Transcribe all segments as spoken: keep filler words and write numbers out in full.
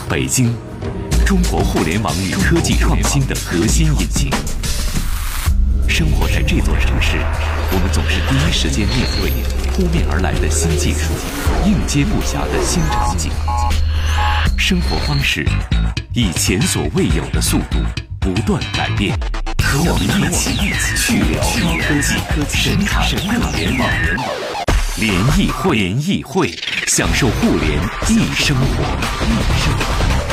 北京，中国互联网与科技创新的核心引擎。生活在这座城市，我们总是第一时间面对扑面而来的新技术，应接不暇的新场景。生活方式以前所未有的速度不断改变。和我们一起去聊高科技，神侃互联网。联谊会，联谊会，享受互联易生活。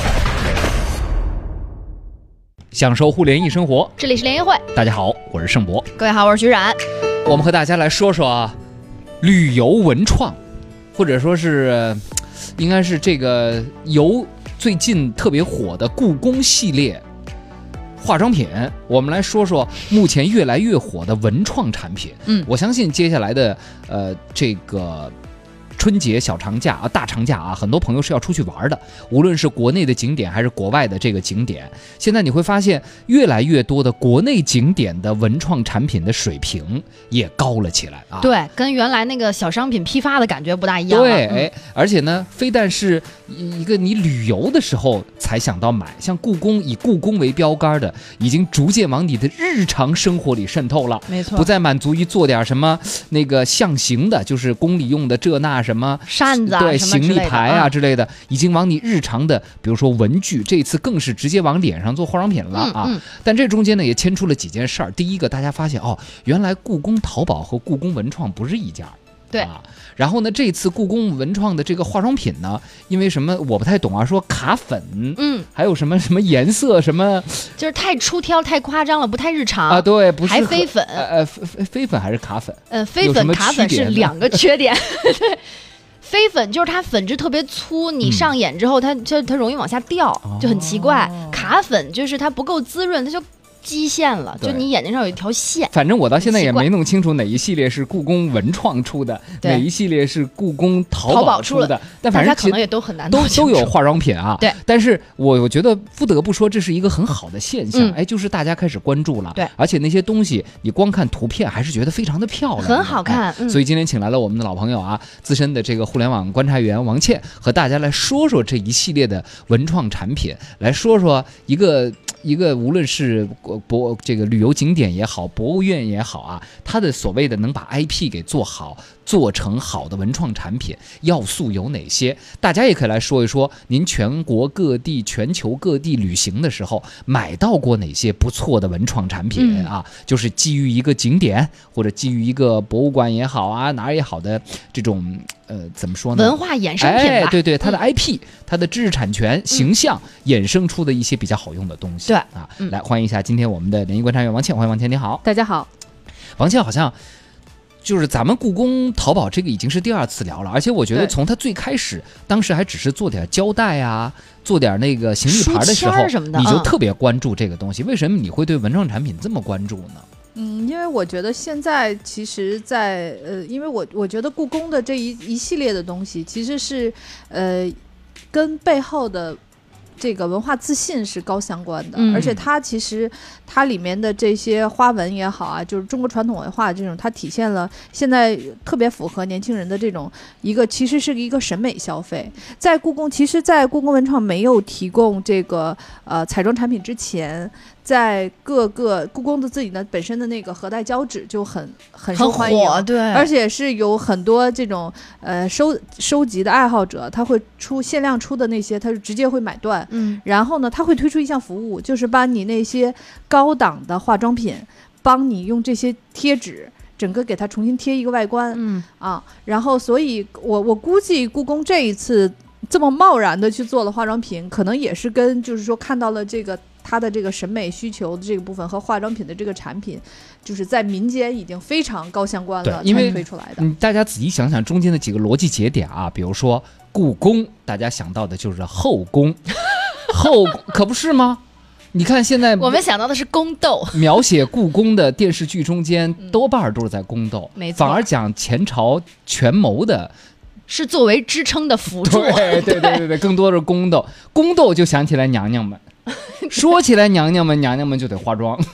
享受互联易生活， 这里是联谊会。 大家好，我是盛博。 各位好，我是徐冉。 我们和大家来说说啊，旅游文创，或者说是，应该是这个由最近特别火的故宫系列化妆品，我们来说说目前越来越火的文创产品。嗯，我相信接下来的呃这个春节小长假啊，大长假啊，很多朋友是要出去玩的，无论是国内的景点还是国外的这个景点。现在你会发现，越来越多的国内景点的文创产品的水平也高了起来啊。 对，跟原来那个小商品批发的感觉不大一样。 对， 嗯、 哎，而且呢，非但是一个你旅游的时候才想到买，像故宫以故宫为标杆的，已经逐渐往你的日常生活里渗透了。 没错， 不再满足于做点什么那个象形的，就是宫里用的这那什么。什么扇子啊， 对，行李牌啊之类的，已经往你日常的，比如说文具，这次更是直接往脸上做化妆品了啊。嗯嗯、但这中间呢，也牵出了几件事儿。第一个，大家发现哦，原来故宫淘宝和故宫文创不是一家。 对啊，然后呢，这次故宫文创的这个化妆品呢，因为什么我不太懂啊，说卡粉，嗯，还有什么什么颜色什么， 就是太出挑、太夸张了，不太日常啊。对，不是还飞粉， 呃呃，飞粉还是卡粉？ 呃，飞粉、卡粉是两个缺点。对。飞粉就是它粉质特别粗，你上眼之后它就它容易往下掉，就很奇怪。哦、卡粉就是它不够滋润，它就基线了，就你眼睛上有一条线。 反正我到现在也没弄清楚哪一系列是故宫文创出的，哪一系列是故宫淘宝出的。但反正可能也都很难都都有化妆品啊。 对， 但是我我觉得不得不说，这是一个很好的现象。嗯、哎，就是大家开始关注了。 对， 而且那些东西你光看图片还是觉得非常的漂亮， 很好看。 哎嗯、所以今天请来了我们的老朋友啊，资深的这个互联网观察员王倩，和大家来说说这一系列的文创产品，来说说一个。一个无论是博这个旅游景点也好，博物院也好啊，它的所谓的能把 I P 给做好，做成好的文创产品要素有哪些？大家也可以来说一说，您全国各地、全球各地旅行的时候买到过哪些不错的文创产品啊？嗯、就是基于一个景点或者基于一个博物馆也好啊，哪儿也好的这种。呃，怎么说呢？ 文化衍生品吧， 哎，对对，它的 I P、嗯、它的知识产权、形象、嗯、衍生出的一些比较好用的东西。 对啊，嗯、来欢迎一下今天我们的联谊观察员王倩，欢迎王倩，你好。 大家好。 王倩好像就是咱们故宫淘宝这个已经是第二次聊了，而且我觉得从它最开始，当时还只是做点胶带啊，做点那个行李牌的时候，你就特别关注这个东西。嗯、为什么你会对文创产品这么关注呢？ 嗯，因为我觉得现在其实在呃，因为我我觉得故宫的这一一系列的东西，其实是呃跟背后的这个文化自信是高相关的，嗯、而且它其实它里面的这些花纹也好啊，就是中国传统文化这种，它体现了现在特别符合年轻人的这种一个，其实是一个审美消费。在故宫，其实，在故宫文创没有提供这个呃彩妆产品之前。在各个故宫的自己的本身的那个核带胶纸就很很受欢迎， 对， 而且是有很多这种呃收收集的爱好者，他会出限量出的那些，他是直接会买断，嗯，然后呢，他会推出一项服务，就是把你那些高档的化妆品，帮你用这些贴纸。整个给它重新贴一个外观，嗯啊，然后所以我我估计故宫这一次这么贸然的去做了化妆品，可能也是跟就是说看到了这个它的这个审美需求的这个部分和化妆品的这个产品，就是在民间已经非常高相关了， 因为推出来的。 嗯，大家仔细想想中间的几个逻辑节点啊，比如说故宫，大家想到的就是后宫，后可不是吗？你看现在我们想到的是宫斗， 描写故宫的电视剧中间多半都是在宫斗， 没错。 反而讲前朝权谋的是作为支撑的辅助， 对对对对对，更多的是宫斗，宫斗就想起来娘娘们，说起来娘娘们，娘娘们就得化妆。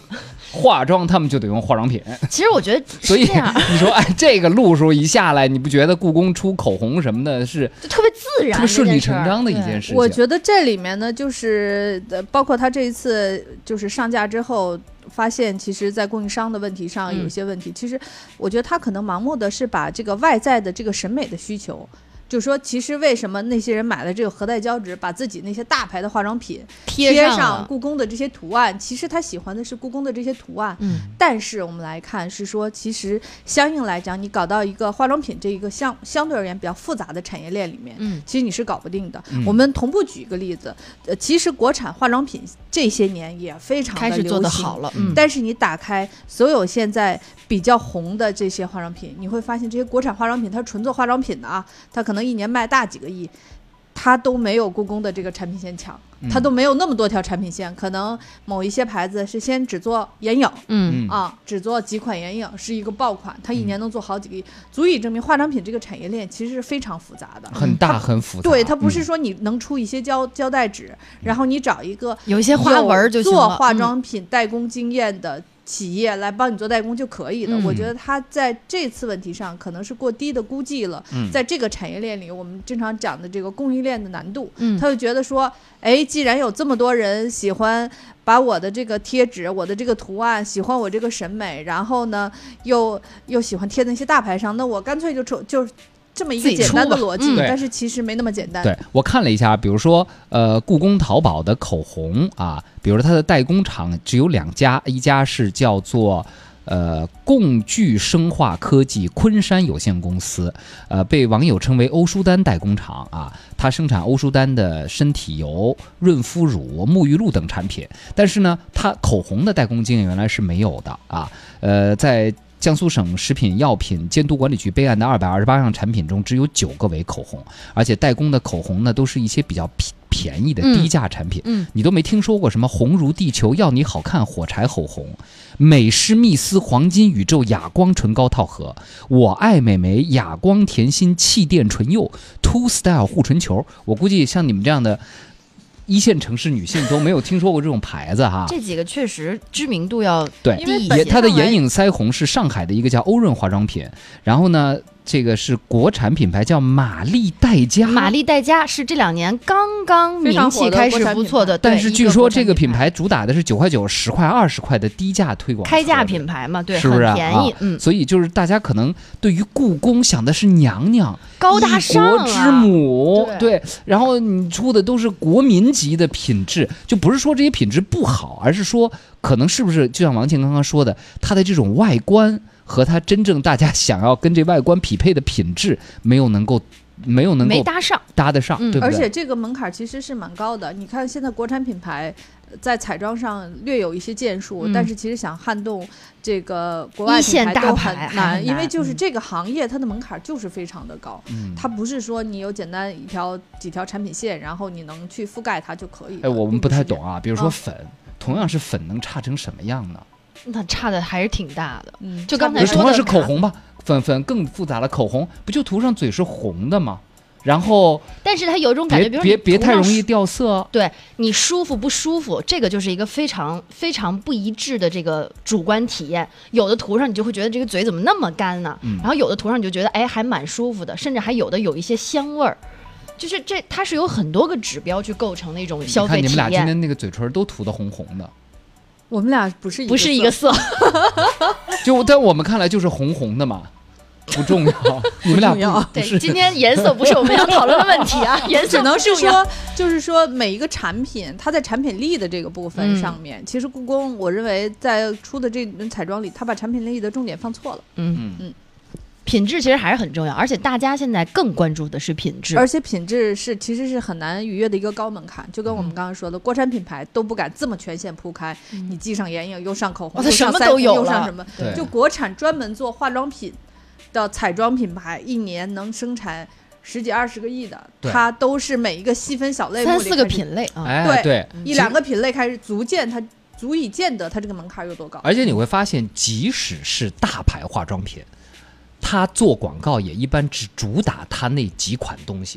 化妆他们就得用化妆品。 其实我觉得所以是这样， 你说哎，这个路数一下来，你不觉得故宫出口红什么的是就特别自然， 特别顺理成章的一件事情？ 我觉得这里面呢，就是呃，包括他这一次就是上架之后。发现其实在供应商的问题上有一些问题、嗯、其实我觉得他可能盲目的是把这个外在的这个审美的需求，就是说其实为什么那些人买了这个核带胶纸，把自己那些大牌的化妆品贴上故宫的这些图案，其实他喜欢的是故宫的这些图案、嗯、但是我们来看是说其实相应来讲，你搞到一个化妆品这一个相相对而言比较复杂的产业链里面、嗯、其实你是搞不定的、嗯、我们同步举一个例子，呃，其实国产化妆品这些年也非常的流行， 开始做得好了、 嗯、但是你打开所有现在比较红的这些化妆品，你会发现这些国产化妆品它纯做化妆品的啊，它可能一年卖大几个亿，它都没有故宫的这个产品线强，它都没有那么多条产品线、嗯、可能某一些牌子是先只做眼影，嗯啊，只做几款眼影是一个爆款，它一年能做好几个亿、嗯、足以证明化妆品这个产业链其实是非常复杂的， 很大很复杂。 对，它不是说你能出一些胶胶带纸、嗯、然后你找一个有一些花纹就行了做化妆品代工经验的企业来帮你做代工就可以的、嗯、我觉得他在这次问题上可能是过低的估计了、嗯、在这个产业链里我们经常讲的这个供应链的难度、嗯、他就觉得说哎，既然有这么多人喜欢把我的这个贴纸我的这个图案喜欢我这个审美，然后呢又又喜欢贴那些大牌上，那我干脆就就这么一个简单的逻辑、嗯、但是其实没那么简单。 对，我看了一下，比如说呃，故宫淘宝的口红啊，比如说它的代工厂只有两家，一家是叫做呃共聚生化科技昆山有限公司，呃，被网友称为欧舒丹代工厂啊，它生产欧舒丹的身体油、润肤乳、沐浴露等产品，但是呢，它口红的代工经验原来是没有的啊，呃，在江苏省食品药品监督管理局备案的二百二十八样产品中，只有九个为口红，而且代工的口红呢，都是一些比较便宜的低价产品。嗯，你都没听说过什么红如地球、要你好看火柴口红、美诗蜜丝黄金宇宙哑光唇膏套盒、我爱美眉哑光甜心气垫唇釉、Two Style 护唇球。我估计像你们这样的一线城市女性都没有听说过这种牌子哈， 这几个确实知名度要对低一些。 它的眼影腮红是上海的一个叫欧润化妆品，然后呢，这个是国产品牌叫玛丽黛佳。 玛丽黛佳是这两年刚刚名气开始不错的， 但是据说这个品牌主打的是九块九、十块、二十块的低价推广， 开价品牌嘛，对， 是不是、啊、 很便宜？嗯， 所以就是大家可能对于故宫想的是娘娘、 高大上、啊、 一国之母， 对， 对，然后你出的都是国民级的品质，就不是说这些品质不好，而是说可能是不是就像王倩刚刚说的，它的这种外观和它真正大家想要跟这外观匹配的品质没有能够没有能够没搭上搭得上、嗯、对不对？ 而且这个门槛其实是蛮高的，你看现在国产品牌在彩妆上略有一些建树、嗯、但是其实想撼动这个国外品牌都很难， 难因为就是这个行业它的门槛就是非常的高、嗯、它不是说你有简单一条几条产品线然后你能去覆盖它就可以。 哎，我们不太懂啊，比如说粉、嗯、同样是粉能差成什么样呢？ 那差的还是挺大的。 嗯， 就刚才说的同样是口红吧，粉粉更复杂了，口红不就涂上嘴是红的吗？然后， 但是它有一种感觉，比如别别太容易掉色， 对你舒服不舒服，这个就是一个非常非常不一致的这个主观体验。有的涂上你就会觉得这个嘴怎么那么干呢、嗯？然后有的涂上你就觉得哎还蛮舒服的，甚至还有的有一些香味儿。就是这它是有很多个指标去构成的一种消费体验。 你看你们俩今天那个嘴唇都涂得红红的。 我们俩不是一个不是一个色， 就在我们看来就是红红的嘛，不重要。你们俩不对，今天颜色不是我们要讨论的问题啊，颜色只能是说，就是说每一个产品，它在产品力的这个部分上面，嗯、其实故宫我认为在出的这轮彩妆里，它把产品力的重点放错了。 嗯嗯。品质其实还是很重要，而且大家现在更关注的是品质， 而且品质是其实是很难逾越的一个高门槛。就跟我们刚刚说的，嗯、国产品牌都不敢这么全线铺开，嗯、你既上眼影又上口红， 哦、 又上什么都有又上什么，就国产专门做化妆品的彩妆品牌，一年能生产十几二十个亿的，它都是每一个细分小类目里三四个品类啊， 哎、 对对， 一两个品类开始逐渐它足以见得它这个门槛有多高。 而且你会发现，即使是大牌化妆品，他做广告也一般只主打他那几款东西， 嗯，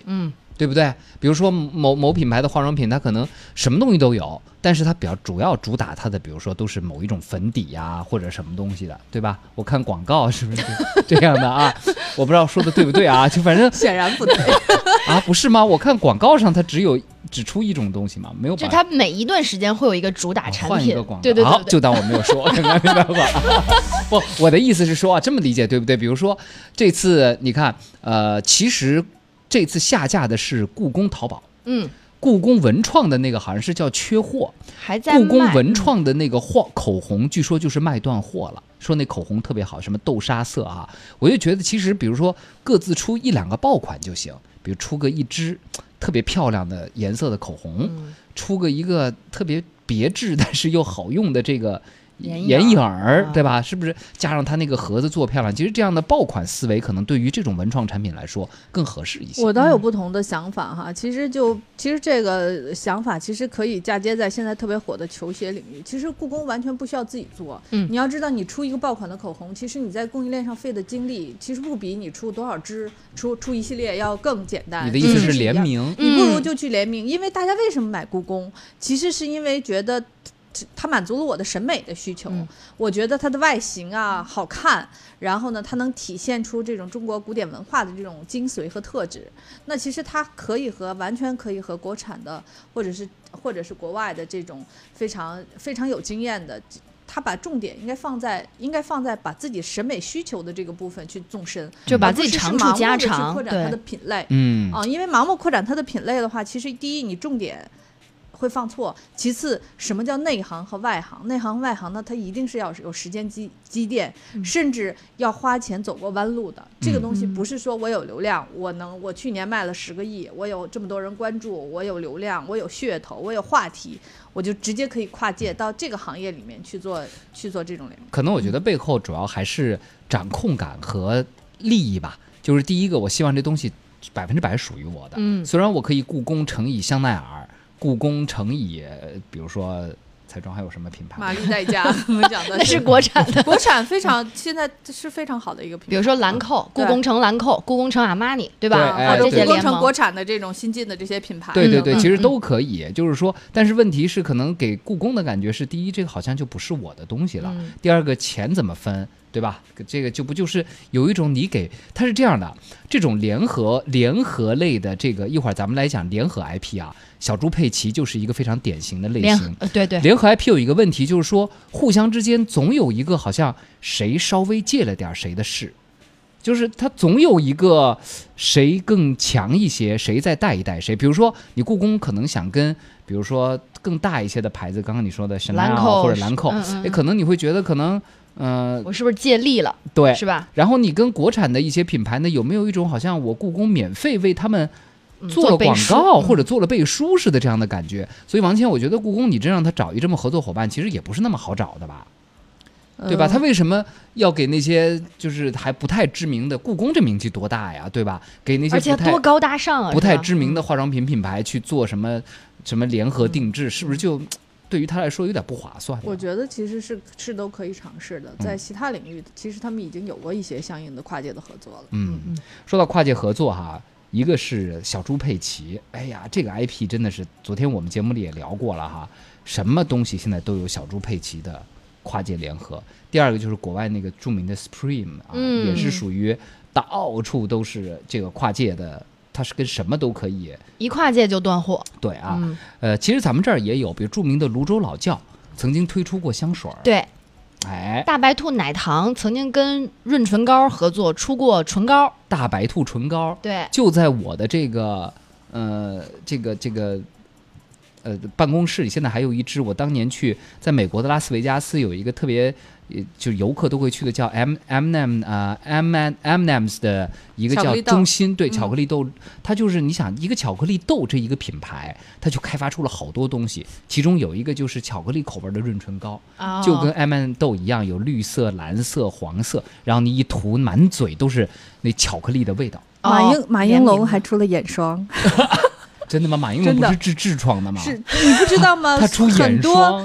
对不对？比如说某某品牌的化妆品，它可能什么东西都有，但是它比较主要主打它的，比如说都是某一种粉底呀、啊、或者什么东西的，对吧？我看广告是不是这样的啊？我不知道说的对不对啊，就反正显然不对啊，不是吗？我看广告上它只有只出一种东西嘛，没有把。 就它每一段时间会有一个主打产品， 换一个广告， 对对 对, 对, 好，就当我没有说，明白明白吧？不，我的意思是说啊，这么理解对不对？比如说这次你看，呃，其实。这次下架的是故宫淘宝， 嗯， 故宫文创的那个好像是叫缺货， 还在卖。 故宫文创的那个画口红，据说就是卖断货了，说那口红特别好，什么豆沙色啊，我就觉得其实比如说各自出一两个爆款就行，比如出个一支特别漂亮的颜色的口红， 嗯、 出个一个特别别致但是又好用的这个。 眼眼影儿，对吧？是不是加上它那个盒子做漂亮？其实这样的爆款思维，可能对于这种文创产品来说更合适一些。 我倒有不同的想法哈，其实就其实这个想法其实可以嫁接在现在特别火的球鞋领域。其实故宫完全不需要自己做， 嗯， 你要知道，你出一个爆款的口红，其实你在供应链上费的精力，其实不比你出多少支、出出一系列要更简单。 你的意思是联名？ 你不如就去联名，因为大家为什么买故宫？其实是因为觉得。它满足了我的审美的需求、嗯、我觉得它的外形啊好看，然后呢它能体现出这种中国古典文化的这种精髓和特质，那其实它可以和完全可以和国产的或者是或者是国外的这种非常非常有经验的，他把重点应该放在应该放在把自己审美需求的这个部分去纵深， 就把自己长处加长， 去扩展它的品类。 嗯啊，因为盲目扩展它的品类的话，其实第一你重点会放错，其次什么叫内行和外行？内行和外行呢，它一定是要有时间积积淀、嗯，甚至要花钱走过弯路的。嗯、这个东西不是说我有流量，我能我去年卖了十个亿，我有这么多人关注，我有流量，我有噱头，我有话题，我就直接可以跨界到这个行业里面去做去做这种联盟。 可能我觉得背后主要还是掌控感和利益吧。就是第一个，我希望这东西百分之百属于我的。 嗯， 虽然我可以故宫乘以香奈儿。故宫乘以，比如说彩妆还有什么品牌？ 玛丽黛佳，我们讲的那是国产的， 国产非常现在是非常好的一个品牌。 比如说兰蔻，故宫乘兰蔻，故宫乘阿玛尼，对吧？ 对，哎、 这些故宫乘国产的这种新进的这些品牌。 对对对， 嗯、 其实都可以。嗯、就是说，但是问题是，可能给故宫的感觉是：第一，这个好像就不是我的东西了； 嗯、 第二个，钱怎么分？对吧？这个就不就是有一种你给它是这样的，这种联合联合类的这个，一会儿咱们来讲联合 I P 啊，小猪佩奇就是一个非常典型的类型。 呃、对对， 联合 I P 有一个问题，就是说互相之间总有一个好像谁稍微借了点谁的势，就是它总有一个谁更强一些，谁再带一带谁。比如说你故宫可能想跟，比如说更大一些的牌子，刚刚你说的香奈儿或者兰蔻， 嗯嗯哎，可能你会觉得可能。呃， 我是不是借力了？ 对， 是吧？ 然后你跟国产的一些品牌呢，有没有一种好像我故宫免费为他们做了广告、 嗯、 或者做了背书似的这样的感觉？所以王倩，我觉得故宫你真让他找一这么合作伙伴，其实也不是那么好找的吧？ 呃、 对吧？他为什么要给那些就是还不太知名的故宫这名气多大呀？对吧？给那些而且多高大上啊， 不太知名的化妆品品牌去做什么、嗯、什么联合定制，是不是就？对于他来说有点不划算。 我觉得其实是是都可以尝试的，在其他领域、嗯、其实他们已经有过一些相应的跨界的合作了。 嗯嗯，说到跨界合作哈，一个是小猪佩奇，哎呀，这个 I P 真的是昨天我们节目里也聊过了哈，什么东西现在都有小猪佩奇的跨界联合。第二个就是国外那个著名的 Supreme 啊， 嗯、 也是属于到处都是这个跨界的。它是跟什么都可以， 一跨界就断货。 对啊、 嗯， 呃，其实咱们这儿也有，比如著名的泸州老窖曾经推出过香水。 对， 哎， 大白兔奶糖曾经跟润唇膏合作出过唇膏， 大白兔唇膏。 对， 就在我的这个呃这个这个呃办公室里，现在还有一支。我当年去在美国的拉斯维加斯有一个特别。就游客都会去的叫 M M M 啊 M M M's 的一个叫中心，对，巧克力豆，它就是你想一个巧克力豆这一个品牌，它就开发出了好多东西，其中有一个就是巧克力口味的润唇膏， 哦、 就跟 M M 豆一样，有绿色、蓝色、黄色，然后你一涂满嘴都是那巧克力的味道。 马英马英龙还出了眼霜。 真的吗？马英龙不是治痔疮的吗？ 是，你不知道吗？ 他出眼霜。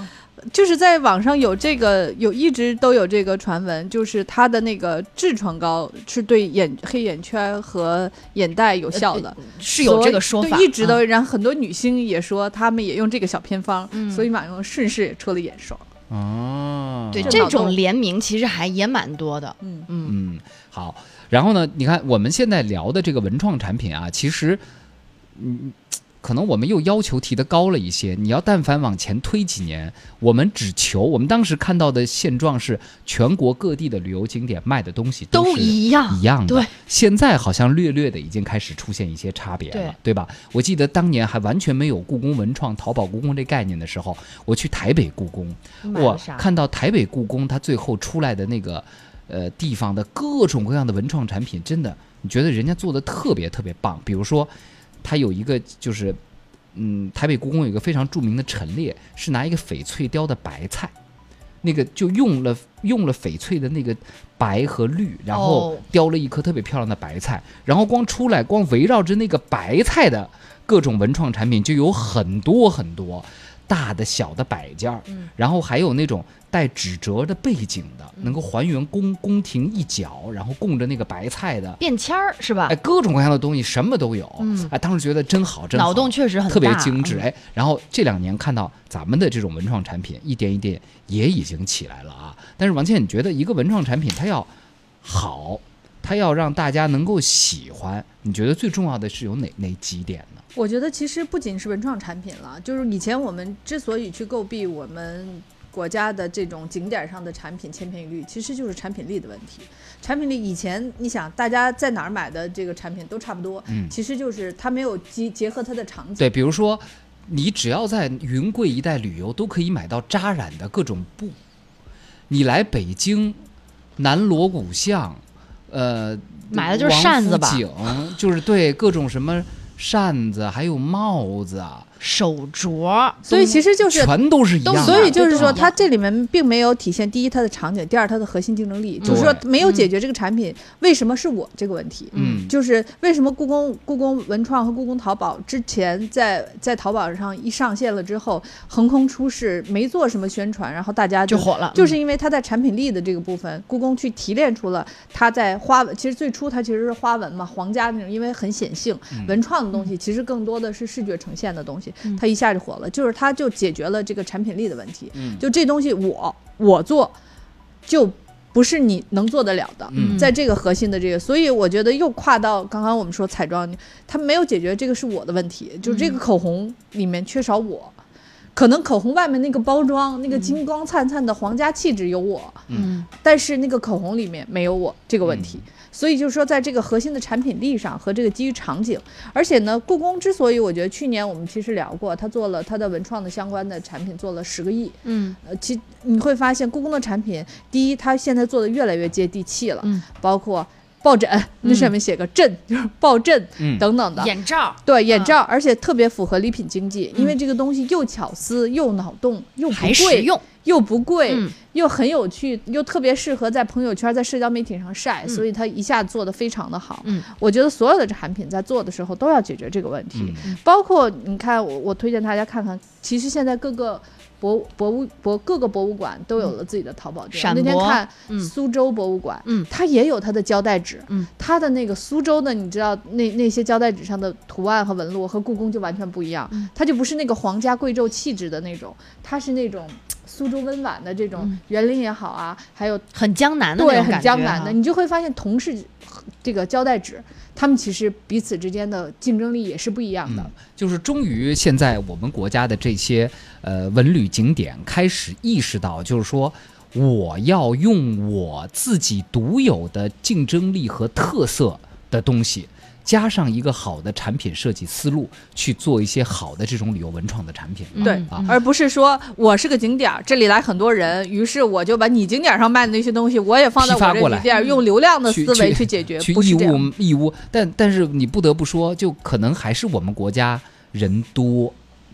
就是在网上有这个有一直都有这个传闻，就是它的那个痔疮膏是对眼黑眼圈和眼袋有效的， 呃、是有这个说法， 一直都、嗯、然后很多女星也说她们也用这个小偏方、嗯、所以马上顺势也出了眼霜。 哦， 对，这种联名其实还也蛮多的。 嗯嗯嗯，好。然后呢，你看我们现在聊的这个文创产品啊，其实嗯。可能我们又要求提得高了一些，你要但凡往前推几年，我们只求我们当时看到的现状是全国各地的旅游景点卖的东西都是一样一样的。 对， 现在好像略略的已经开始出现一些差别了， 对, 对吧？我记得当年还完全没有故宫文创、淘宝故宫这概念的时候，我去台北故宫，我看到台北故宫它最后出来的那个呃地方的各种各样的文创产品，真的你觉得人家做的特别特别棒，比如说。它有一个就是，嗯，台北故宫有一个非常著名的陈列，是拿一个翡翠雕的白菜，那个就用了用了翡翠的那个白和绿，然后雕了一颗特别漂亮的白菜，然后光出来光围绕着那个白菜的各种文创产品就有很多很多。大的小的摆件儿、嗯，然后还有那种带纸折的背景的，嗯、能够还原宫宫廷一角，然后供着那个白菜的便签儿是吧？ 哎，各种各样的东西什么都有。嗯，哎，当时觉得真好，真好， 脑洞确实很大， 特别精致。 嗯、 哎，然后这两年看到咱们的这种文创产品一点一点也已经起来了啊。但是王倩，你觉得一个文创产品它要好，它要让大家能够喜欢，你觉得最重要的是有哪哪几点呢？ 我觉得其实不仅是文创产品了，就是以前我们之所以去诟病我们国家的这种景点上的产品千篇一律，其实就是产品力的问题。产品力以前你想大家在哪儿买的这个产品都差不多，嗯，其实就是它没有结结合它的场景。 对，比如说你只要在云贵一带旅游都可以买到扎染的各种布，你来北京南锣鼓巷，呃， 买的就是扇子吧， 景就是对各种什么。扇子还有帽子啊， 手镯， 所以其实就是全都是一样的。 所以就是说，它这里面并没有体现第一它的场景，第二它的核心竞争力，就是说没有解决这个产品、嗯、为什么是我这个问题。 嗯， 就是为什么故宫故宫文创和故宫淘宝之前在在淘宝上一上线了之后横空出世，没做什么宣传，然后大家 就, 就火了， 就是因为它在产品力的这个部分，嗯、故宫去提炼出了它在花纹，其实最初它其实是花纹嘛，皇家那种，因为很显性，嗯、文创的东西其实更多的是视觉呈现的东西，嗯、它一下就火了，就是它就解决了这个产品力的问题。嗯、就这东西我我做就不是你能做得了的，嗯、在这个核心的这个，所以我觉得又跨到刚刚我们说彩妆，它没有解决这个是我的问题，就这个口红里面缺少我。可能口红外面那个包装，那个金光灿灿的皇家气质有我，嗯，但是那个口红里面没有我这个问题。嗯、所以就是说，在这个核心的产品力上和这个基于场景，而且呢，故宫之所以我觉得去年我们其实聊过，它做了它的文创的相关的产品做了十个亿，嗯，呃，其你会发现故宫的产品，第一，它现在做的越来越接地气了，嗯，包括。抱枕那上面写个镇、嗯、就是抱枕、嗯、等等的眼罩， 对眼罩、嗯、而且特别符合礼品经济、嗯、因为这个东西又巧思又脑洞又不贵实用又不贵、嗯、 又很有趣又特别适合在朋友圈在社交媒体上晒、嗯、所以它一下做得非常的好、嗯、我觉得所有的产品在做的时候都要解决这个问题、嗯、包括你看我我推荐大家看看，其实现在各个博博物博各个博物馆都有了自己的淘宝店。 嗯、 那天看苏州博物馆，嗯，它也有它的胶带纸，嗯，它的那个苏州的，你知道那那些胶带纸上的图案和纹路和故宫就完全不一样，嗯、它就不是那个皇家贵胄气质的那种，它是那种苏州温婉的这种园林也好啊，嗯、还有很江南的那种感觉， 对，很江南的，你就会发现同是这个胶带纸。他们其实彼此之间的竞争力也是不一样的、嗯、 就是终于现在我们国家的这些呃文旅景点开始意识到，就是说我要用我自己独有的竞争力和特色的东西，加上一个好的产品设计思路，去做一些好的这种旅游文创的产品。 对、啊、而不是说我是个景点，这里来很多人，于是我就把你景点上卖的那些东西我也放在我这景点，用流量的思维去解决， 去不是这样义乌义乌但但是你不得不说，就可能还是我们国家人多，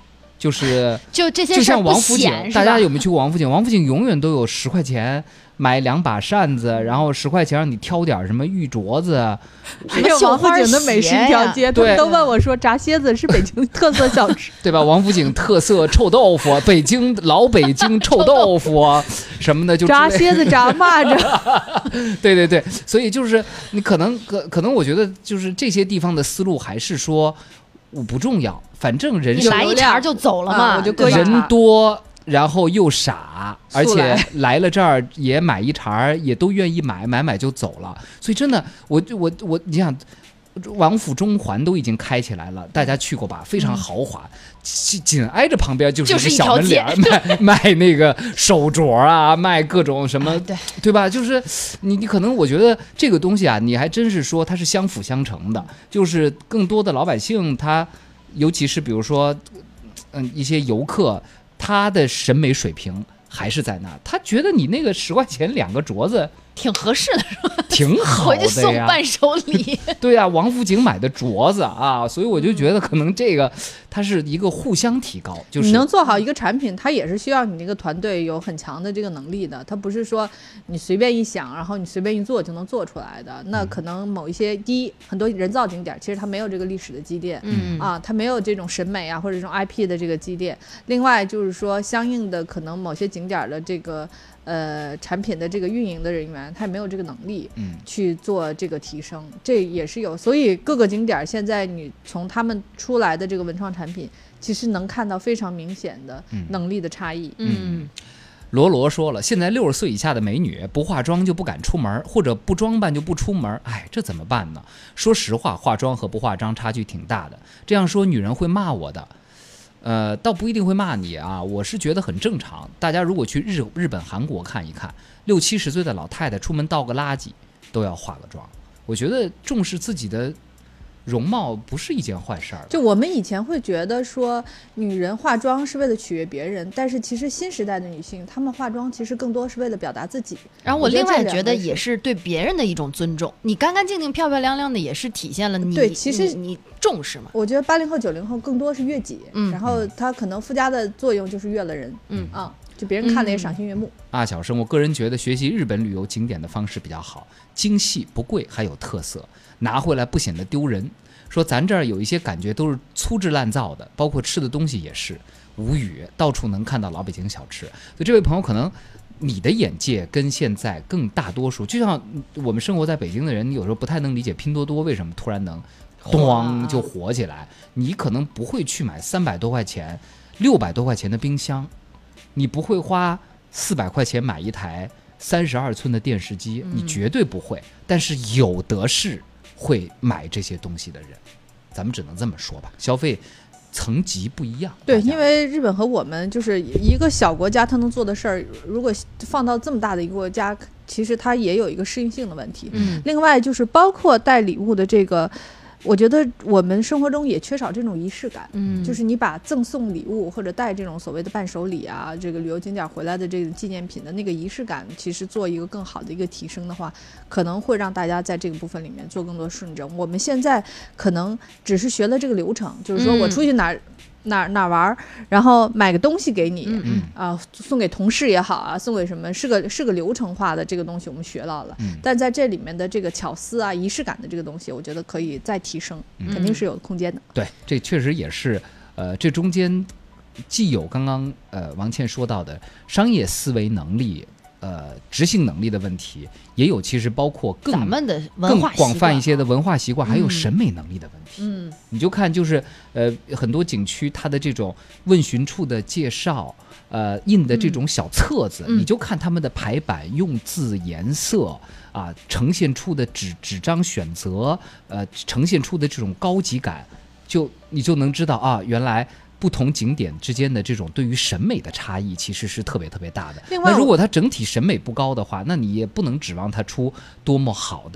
就是就这些就像事儿不王府井显，是大家吧有没有去过王府井？王府井永远都有十块钱买两把扇子，然后十块钱让你挑点什么玉镯子。 还有王府井的美食一条街，他们都问我说炸蝎子是北京特色小吃， 对吧？王府井特色臭豆腐，北京老北京臭豆腐什么的，就炸蝎子、炸蚂蚱。 对对对，所以就是你可能可可能，我觉得就是这些地方的思路还是说我不重要，反正人你生来一茬就走了嘛， 啊我就搁一对吧人多。然后又傻，而且速来来了这儿也买一茬，也都愿意买，买买就走了。所以真的，我我我，你想，王府中环都已经开起来了，大家去过吧？非常豪华，紧紧挨着旁边就是一个小门脸，卖卖那个手镯啊，卖各种什么， 对对吧？就是你你可能我觉得这个东西啊，你还真是说它是相辅相成的，就是更多的老百姓他，尤其是比如说，嗯，一些游客。他的审美水平还是在那，他觉得你那个十块钱两个镯子挺合适的，是吧？ 挺好的呀， 回去送伴手礼。 对呀、啊，王府井买的镯子啊，所以我就觉得可能这个它是一个互相提高，就是你能做好一个产品，它也是需要你那个团队有很强的这个能力的，它不是说你随便一想，然后你随便一做就能做出来的。那可能某一些第一，很多人造景点其实它没有这个历史的积淀， 嗯啊，它没有这种审美啊或者这种 I P 的这个积淀。另外就是说，相应的可能某些景点的这个。呃，产品的这个运营的人员，他也没有这个能力， 嗯， 去做这个提升，这也是有。所以各个景点现在你从他们出来的这个文创产品，其实能看到非常明显的能力的差异。 嗯， 罗罗说了，现在六十岁以下的美女不化妆就不敢出门，或者不装扮就不出门，哎，这怎么办呢？说实话，化妆和不化妆差距挺大的。这样说，女人会骂我的。呃，倒不一定会骂你啊，我是觉得很正常。大家如果去日日本、韩国看一看，六七十岁的老太太出门倒个垃圾都要化个妆。我觉得重视自己的容貌不是一件坏事儿。 就我们以前会觉得说，女人化妆是为了取悦别人，但是其实新时代的女性，她们化妆其实更多是为了表达自己。 然后我另外觉得也是是对别人的一种尊重，你干干净净、漂漂亮亮的，也是体现了你对，其实你, 你重视嘛。 我觉得八零后、九零后更多是悦己， 嗯， 然后它可能附加的作用就是悦了人， 嗯啊，就别人看了也赏心悦目。 阿小生，我个人觉得学习日本旅游景点的方式比较好，精细不贵，还有特色，拿回来不显得丢人。说咱这儿有一些感觉都是粗制滥造的，包括吃的东西也是无语，到处能看到老北京小吃。所以这位朋友可能你的眼界跟现在更大多数，就像我们生活在北京的人，你有时候不太能理解拼多多为什么突然能咣就火起来。你可能不会去买三百多块钱、六百多块钱的冰箱，你不会花四百块钱买一台三十二寸的电视机，你绝对不会。但是有的是会买这些东西的人，咱们只能这么说吧，消费层级不一样。 对，因为日本和我们就是一个小国家，它能做的事儿，如果放到这么大的一个国家，其实它也有一个适应性的问题。 嗯， 另外就是包括带礼物的这个。我觉得我们生活中也缺少这种仪式感， 嗯， 就是你把赠送礼物或者带这种所谓的伴手礼啊，这个旅游景点回来的这个纪念品的那个仪式感，其实做一个更好的一个提升的话，可能会让大家在这个部分里面做更多顺正。我们现在可能只是学了这个流程，就是说我出去哪儿、嗯、哪哪玩，然后买个东西给你， 嗯啊，送给同事也好啊，送给什么，是个是个流程化的这个东西我们学到了， 嗯、 但在这里面的这个巧思啊、仪式感的这个东西，我觉得可以再提升，嗯、肯定是有空间的。 对，这确实也是，呃，这中间既有刚刚呃王倩说到的商业思维能力。呃，执行能力的问题，也有其实包括更咱们的文化更广泛一些的文化习惯， 嗯、 还有审美能力的问题。 嗯， 你就看就是呃很多景区它的这种问询处的介绍，呃印的这种小册子， 嗯、 你就看他们的排版、用字、颜色啊，呈现出的纸纸张选择，呃，呈现出的这种高级感，就你就能知道啊，原来。不同景点之间的这种对于审美的差异其实是特别特别大的。 另外， 那如果它整体审美不高的话，那你也不能指望它出多么好的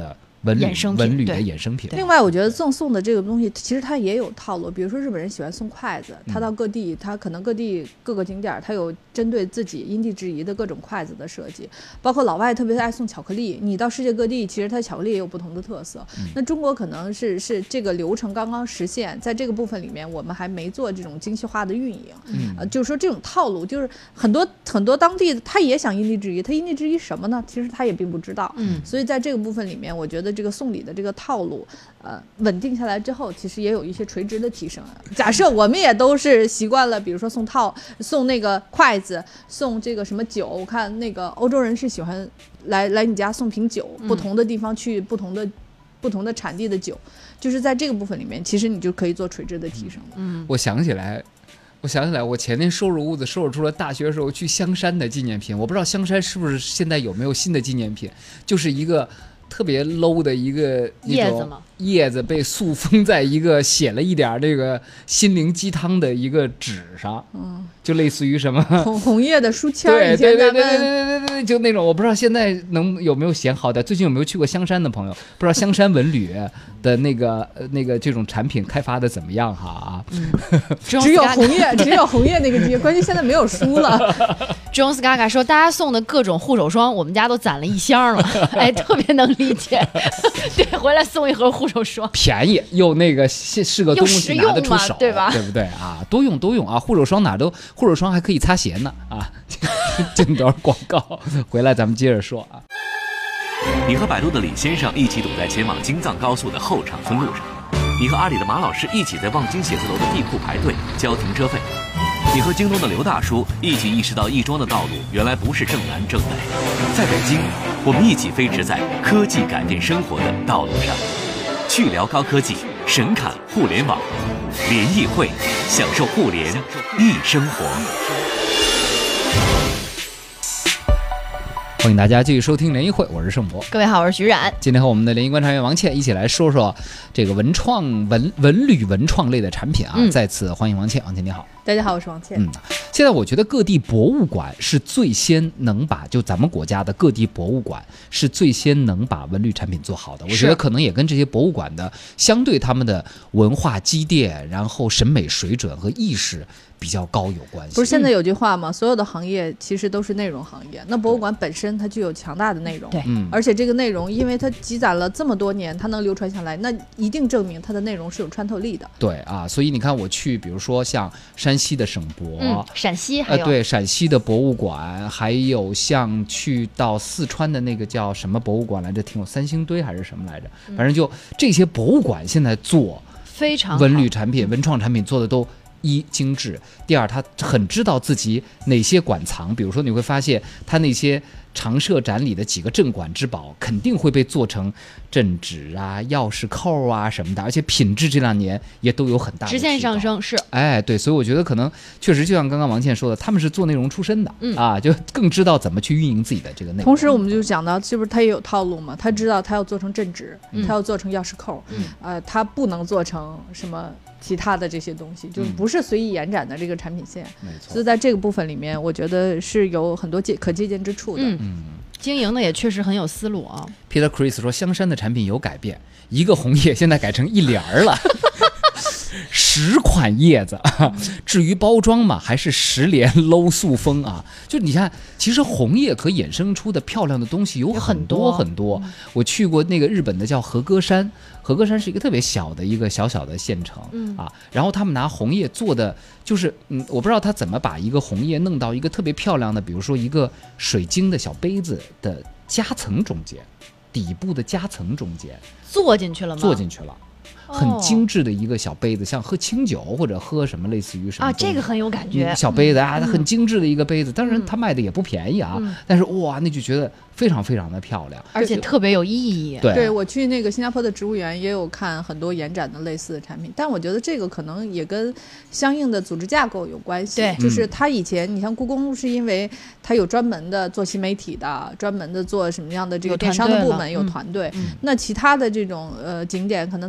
文旅衍生品文旅的对衍生品。 另外，我觉得赠送的这个东西，其实它也有套路。比如说，日本人喜欢送筷子，他到各地，他可能各地各个景点，他有针对自己因地制宜的各种筷子的设计。包括老外特别爱送巧克力，你到世界各地，其实它巧克力也有不同的特色。 嗯、 那中国可能是是这个流程刚刚实现，在这个部分里面，我们还没做这种精细化的运营。 嗯， 呃，就是说这种套路，就是很多很多当地他也想因地制宜，他因地制宜什么呢？其实他也并不知道。 嗯， 所以在这个部分里面，我觉得这个送礼的这个套路，呃，稳定下来之后，其实也有一些垂直的提升。假设我们也都是习惯了，比如说送套、送那个筷子、送这个什么酒，我看那个欧洲人是喜欢来来你家送瓶酒， 嗯、 不同的地方去不同的不同的产地的酒，就是在这个部分里面，其实你就可以做垂直的提升。 嗯， 我想起来。我想起来，我前天收拾屋子，收拾出了大学时候去香山的纪念品。我不知道香山是不是现在有没有新的纪念品，就是一个特别 low 的一个叶子吗？ 叶子被塑封在一个写了一点这个心灵鸡汤的一个纸上，嗯，就类似于什么红红叶的书签， 对对对对对对对对对，就那种。我不知道现在能有没有嫌好的。最近有没有去过香山的朋友？不知道香山文旅的那个那个这种产品开发的怎么样哈啊？ 嗯， 只有红叶，只有红叶那个机，关键现在没有书了。 Jones Gaga 说，大家送的各种护手霜，我们家都攒了一箱了，哎，特别能理解。对，回来送一盒护手霜， 便宜又那个是个东西拿得出手， 对吧？ 对不对啊？多用多用啊！护手霜哪都护手霜还可以擦鞋呢啊！这段广告回来咱们接着说啊。 你和百度的李先生一起堵在前往京藏高速的后场村路上，你和阿里的马老师一起在望京写字楼的地库排队交停车费，你和京东的刘大叔一起意识到亦庄的道路原来不是正南正北。在北京，我们一起飞驰在科技改变生活的道路上，去聊高科技，神侃互联网，联谊会，享受互联易生活。 欢迎大家继续收听联谊会，我是盛博。 各位好，我是徐冉。 今天和我们的联谊观察员王倩一起来说说这个文创文文旅文创类的产品啊。嗯、再次欢迎王倩，王倩你好。 大家好，我是王倩。 嗯，现在我觉得各地博物馆是最先能把，就咱们国家的各地博物馆是最先能把文旅产品做好的。我觉得可能也跟这些博物馆的相对他们的文化积淀，然后审美水准和意识比较高有关系。 不是现在有句话吗？所有的行业其实都是内容行业。那博物馆本身它具有强大的内容， 对， 嗯， 而且这个内容因为它积攒了这么多年，它能流传下来，那一定证明它的内容是有穿透力的。 对啊，所以你看我去，比如说像山西的省博， 嗯，陕西还有、 呃、对陕西的博物馆，还有像去到四川的那个叫什么博物馆来着？挺有三星堆还是什么来着？反正就这些博物馆现在做非常文旅产品、文创产品做的都。一精致，第二他很知道自己哪些馆藏，比如说你会发现他那些常设展里的几个镇馆之宝肯定会被做成镇纸啊、钥匙扣啊什么的，而且品质这两年也都有很大的直线上升。是， 哎，对，所以我觉得可能确实就像刚刚王倩说的，他们是做内容出身的，嗯啊，就更知道怎么去运营自己的这个内容。 同时我们就讲到，是不是他也有套路嘛？他知道他要做成镇纸， 嗯、 他要做成钥匙扣，嗯，呃，他不能做成什么其他的这些东西，就是不是随意延展的这个产品线。 没错， 所以在这个部分里面，我觉得是有很多借可借鉴之处的。 嗯，嗯经营的也确实很有思路啊。 Peter Chris 说，香山的产品有改变，一个红叶现在改成一帘儿了。十款叶子，至于包装嘛，还是十连搂塑封啊。就你看，其实红叶可衍生出的漂亮的东西有很多很多。嗯、我去过那个日本的叫和歌山，和歌山是一个特别小的一个小小的县城、嗯、啊。然后他们拿红叶做的，就是嗯，我不知道他怎么把一个红叶弄到一个特别漂亮的，比如说一个水晶的小杯子的夹层中间，底部的夹层中间做进去了吗？ 做进去了。很精致的一个小杯子，像喝清酒或者喝什么类似于什么啊，这个很有感觉。 小杯子啊，它很精致的一个杯子，当然它卖的也不便宜啊， 嗯、 但是哇，那就觉得非常非常的漂亮， 而且特别有意义。 对， 对我去那个新加坡的植物园也有看很多延展的类似的产品，但我觉得这个可能也跟相应的组织架构有关系。 对， 就是它以前你像故宫是因为它有专门的做新媒体的，专门的做什么样的这个电商的部门有团队，嗯、那其他的这种呃景点可能它本身没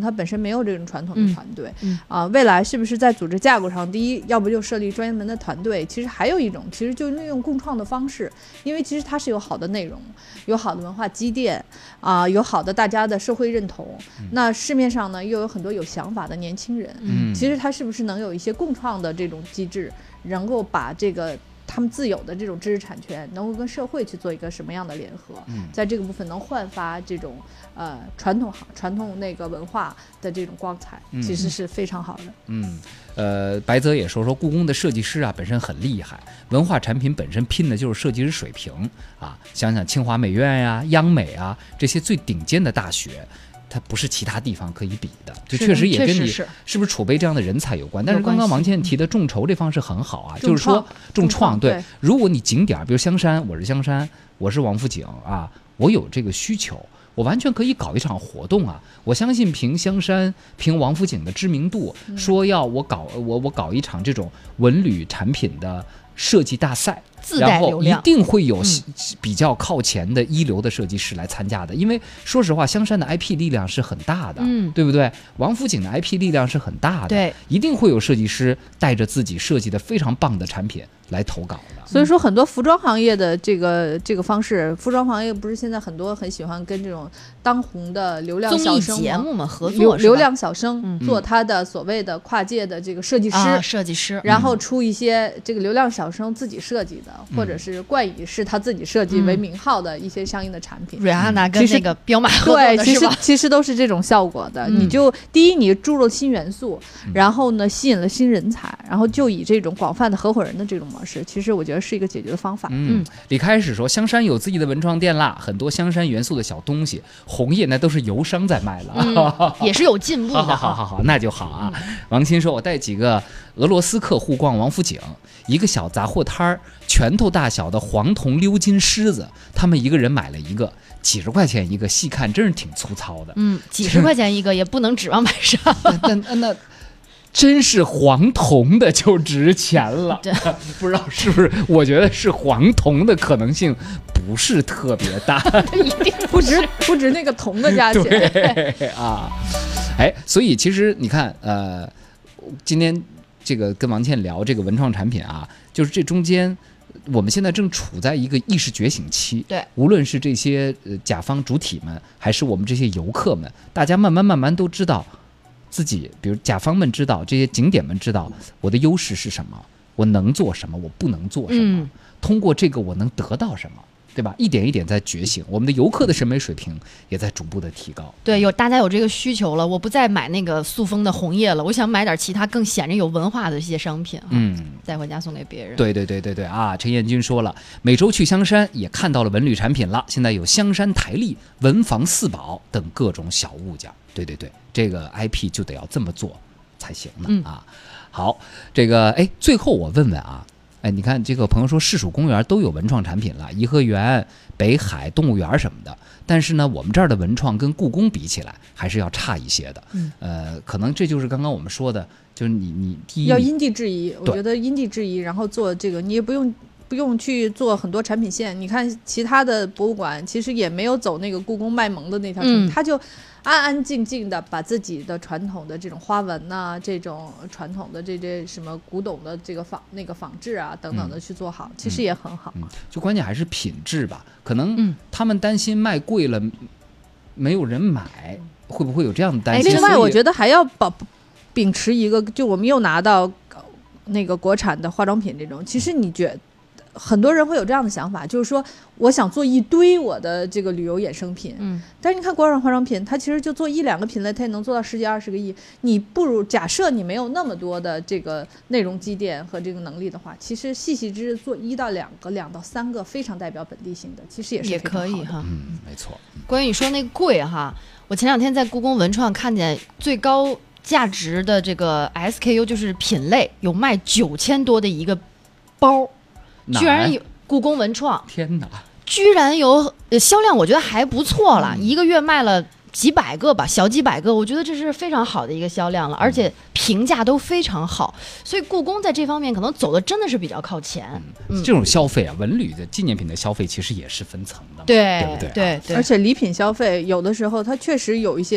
没有这种传统的团队、 嗯啊、未来是不是在组织架构上，第一，要不就设立专门的团队，其实还有一种，其实就利用共创的方式，因为其实它是有好的内容，有好的文化积淀啊、有好的大家的社会认同、嗯、那市面上呢又有很多有想法的年轻人， 嗯， 其实它是不是能有一些共创的这种机制，能够把这个他们自有的这种知识产权能够跟社会去做一个什么样的联合、嗯、在这个部分能焕发这种呃传统传统那个文化的这种光彩、嗯、其实是非常好的。 嗯，呃，白泽也说说故宫的设计师啊本身很厉害，文化产品本身拼的就是设计师水平啊，想想清华美院呀、央美啊这些最顶尖的大学，它不是其他地方可以比的，就确实也跟你是不是储备这样的人才有关。但是刚刚王倩提的众筹这方式很好啊，就是说众创，对，如果你景点，比如香山，我是香山，我是王府井啊，我有这个需求，我完全可以搞一场活动啊！我相信凭香山、凭王府井的知名度，说要我搞我我搞一场这种文旅产品的设计大赛，然后一定会有比较靠前的一流的设计师来参加的。因为说实话，香山的 I P 力量是很大的，嗯，对不对？王府井的 I P 力量是很大的， 对， 一定会有设计师带着自己设计的非常棒的产品来投稿的。 所以说，很多服装行业的这个这个方式，服装行业不是现在很多很喜欢跟这种当红的流量小生节目嘛合作， 流流量小生做他的所谓的跨界的这个设计师， 啊、设计师， 然后出一些这个流量小生自己设计的，嗯、或者是冠以是他自己设计为名号的一些相应的产品。 瑞安娜跟那个彪马合作的对， 其实其实都是这种效果的。嗯、你就第一，你注入新元素，然后呢，吸引了新人才，然后就以这种广泛的合伙人的这种模式，其实我觉得是一个解决的方法。 嗯，李开始说，香山有自己的文创店啦，很多香山元素的小东西，红叶那都是油商在卖了， 嗯、也是有进步的。 好好好好，那就好啊。嗯、王鑫说，我带几个俄罗斯客户逛王府井，一个小杂货摊儿，拳头大小的黄铜鎏金狮子，他们一个人买了一个，几十块钱一个，细看真是挺粗糙的。 嗯，几十块钱一个也不能指望买上。 那那那。真是黄铜的就值钱了，不知道是不是？我觉得是黄铜的可能性不是特别大， 一定不值不值那个铜的价钱。 对啊，哎，所以其实你看，呃，今天这个跟王倩聊这个文创产品啊，就是这中间。我们现在正处在一个意识觉醒期， 对， 无论是这些呃甲方主体们，还是我们这些游客们，大家慢慢慢慢都知道。自己，比如甲方们知道，这些景点们知道我的优势是什么，我能做什么，我不能做什么，嗯、通过这个我能得到什么，对吧？一点一点在觉醒，我们的游客的审美水平也在逐步的提高。 对，有大家有这个需求了，我不再买那个塑封的红叶了，我想买点其他更显着有文化的一些商品，嗯，带回家送给别人。 对对对对对啊！陈彦军说了，每周去香山也看到了文旅产品了，现在有香山台历、文房四宝等各种小物件。对对对，这个 I P 就得要这么做才行呢、嗯、啊！好，这个哎，最后我问问啊，哎，你看这个朋友说市属公园都有文创产品了，颐和园、北海动物园什么的，但是呢，我们这儿的文创跟故宫比起来还是要差一些的。嗯，呃，可能这就是刚刚我们说的，就是你你第一要因地制宜，我觉得因地制宜，然后做这个你也不用。不用去做很多产品线，你看其他的博物馆其实也没有走那个故宫卖萌的那条产品，嗯、他就安安静静的把自己的传统的这种花纹呐、啊，这种传统的这这什么古董的这个仿那个仿制啊等等的去做好，嗯、其实也很好、 嗯嗯。就关键还是品质吧，可能他们担心卖贵了没有人买，会不会有这样的担心？ 另外，我觉得还要保秉持一个，就我们又拿到那个国产的化妆品这种，其实你觉得。很多人会有这样的想法，就是说我想做一堆我的这个旅游衍生品，嗯，但是你看国产化妆品，它其实就做一两个品类，它也能做到十几二十个亿。你不如假设你没有那么多的这个内容积淀和这个能力的话，其实细细致做一到两个、两到三个非常代表本地性的，其实也是也可以哈。 嗯，没错。 关于你说那个贵哈，我前两天在故宫文创看见最高价值的这个 S K U 就是品类有卖九千多的一个包。居然有故宫文创， 天哪！ 居然有、呃、销量，我觉得还不错了、嗯，一个月卖了几百个吧，小几百个，我觉得这是非常好的一个销量了，而且评价都非常好，所以故宫在这方面可能走的真的是比较靠前。 嗯嗯、这种消费啊，文旅的纪念品的消费其实也是分层的， 对对不对、啊？ 对对。 而且礼品消费有的时候它确实有一些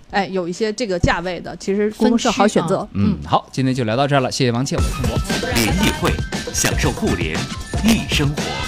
哎，有一些这个价位的，其实故宫是好选择。 啊、嗯，好，今天就聊到这儿了，谢谢王倩，我是陈博。 联谊会，享受互联易生活。